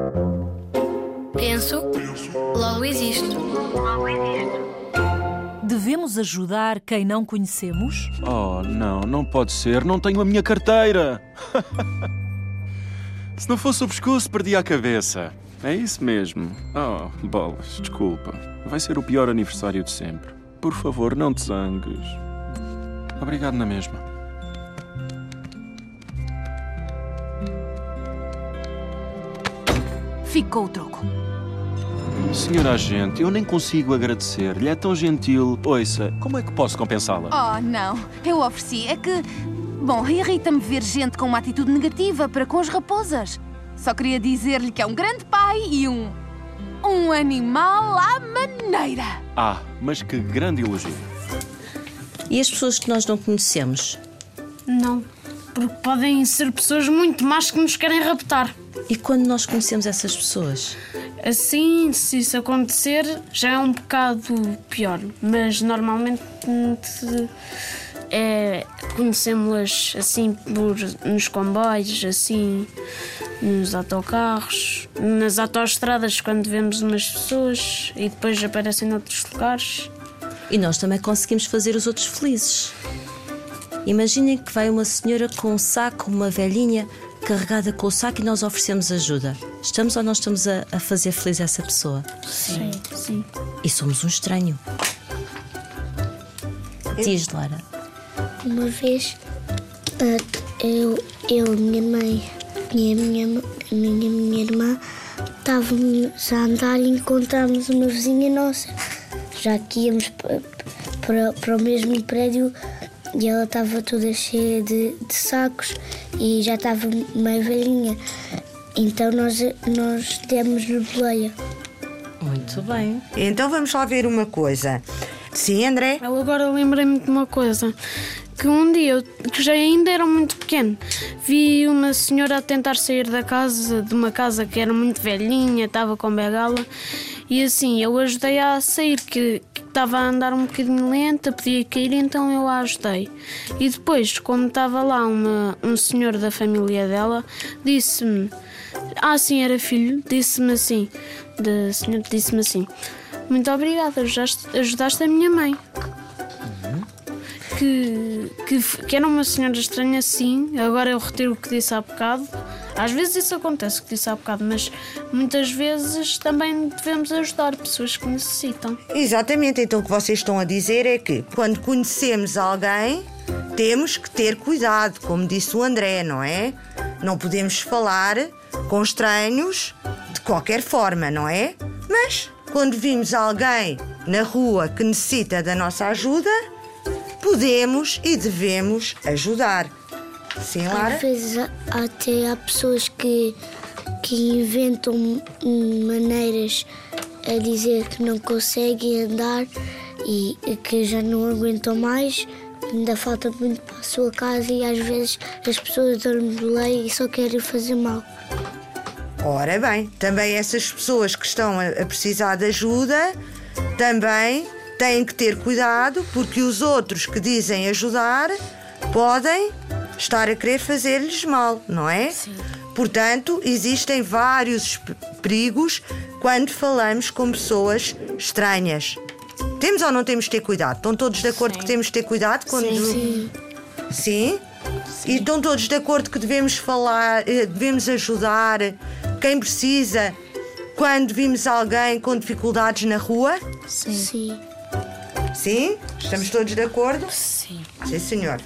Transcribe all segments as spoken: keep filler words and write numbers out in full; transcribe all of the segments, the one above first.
Penso, logo existo. Devemos ajudar quem não conhecemos? Oh, não, não pode ser. Não tenho a minha carteira. Se não fosse o pescoço, perdia a cabeça. É isso mesmo. Oh, bolas, desculpa. Vai ser o pior aniversário de sempre. Por favor, não te zangues. Obrigado na mesma. Ficou o troco. Senhora agente, eu nem consigo agradecer-lhe. É tão gentil. Ouça, como é que posso compensá-la? Oh, não. Eu ofereci. É que... Bom, irrita-me ver gente com uma atitude negativa para com as raposas. Só queria dizer-lhe que é um grande pai e um... um animal à maneira. Ah, mas que grande elogio. E as pessoas que nós não conhecemos? Não, porque podem ser pessoas muito más que nos querem raptar. E quando nós conhecemos essas pessoas? Assim, se isso acontecer, já é um bocado pior. Mas normalmente é, conhecemos-las assim por, nos comboios, assim, nos autocarros, nas autoestradas, quando vemos umas pessoas e depois aparecem noutros lugares. E nós também conseguimos fazer os outros felizes. Imaginem que vai uma senhora com um saco, uma velhinha carregada com o saco e nós oferecemos ajuda. Estamos ou não estamos a, a fazer feliz essa pessoa? Sim, sim. E somos um estranho. Diz, Lara. Uma vez eu, eu minha mãe e a minha, a minha, minha irmã estávamos a andar e encontramos uma vizinha nossa. Já que íamos para, para, para o mesmo prédio e ela estava toda cheia de, de sacos e já estava meio velhinha. Então nós, nós demos-lhe boleia. Muito bem. Então vamos lá ver uma coisa. Sim, André? Eu agora lembrei-me de uma coisa. Que um dia, eu, que já ainda era muito pequeno, vi uma senhora a tentar sair da casa, de uma casa que era muito velhinha, estava com bengala. E assim, eu ajudei-a a sair, que, que estava a andar um bocadinho lenta, podia cair, então eu a ajudei. E depois, como estava lá uma, um senhor da família dela, disse-me... Ah, sim, era filho, disse-me assim... Da senhora disse-me assim... Muito obrigada, ajudaste, ajudaste a minha mãe. Que, que, que era uma senhora estranha, sim. Agora eu retiro o que disse há bocado. Às vezes isso acontece, o que disse há bocado, mas muitas vezes também devemos ajudar pessoas que necessitam. Exatamente, então o que vocês estão a dizer é que quando conhecemos alguém, temos que ter cuidado, como disse o André, não é? Não podemos falar com estranhos de qualquer forma, não é? Mas quando vimos alguém na rua que necessita da nossa ajuda, podemos e devemos ajudar. Sim, Lara? Às vezes até há pessoas que, que inventam maneiras a dizer que não conseguem andar e que já não aguentam mais, ainda falta muito para a sua casa e às vezes as pessoas dão-lhe boleia e só querem fazer mal. Ora bem, também essas pessoas que estão a precisar de ajuda também têm que ter cuidado, porque os outros que dizem ajudar podem estar a querer fazer-lhes mal, não é? Sim. Portanto, existem vários perigos quando falamos com pessoas estranhas. Temos ou não temos de ter cuidado? Estão todos de acordo Sim. que temos de ter cuidado? Quando... Sim. Sim. Sim? E estão todos de acordo que devemos falar, devemos ajudar quem precisa quando vimos alguém com dificuldades na rua? Sim. Sim. Sim? Estamos todos de acordo? Sim. Sim, senhor.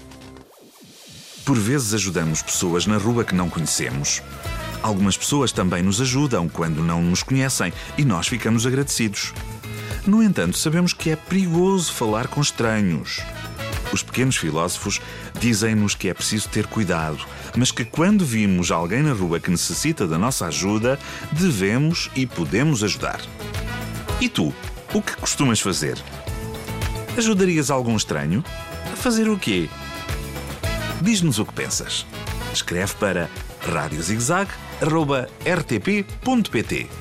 Por vezes ajudamos pessoas na rua que não conhecemos. Algumas pessoas também nos ajudam quando não nos conhecem e nós ficamos agradecidos. No entanto, sabemos que é perigoso falar com estranhos. Os pequenos filósofos dizem-nos que é preciso ter cuidado, mas que quando vimos alguém na rua que necessita da nossa ajuda, devemos e podemos ajudar. E tu, o que costumas fazer? Ajudarias algum estranho? A fazer o quê? Diz-nos o que pensas. Escreve para rádio zig zag arroba r t p ponto p t.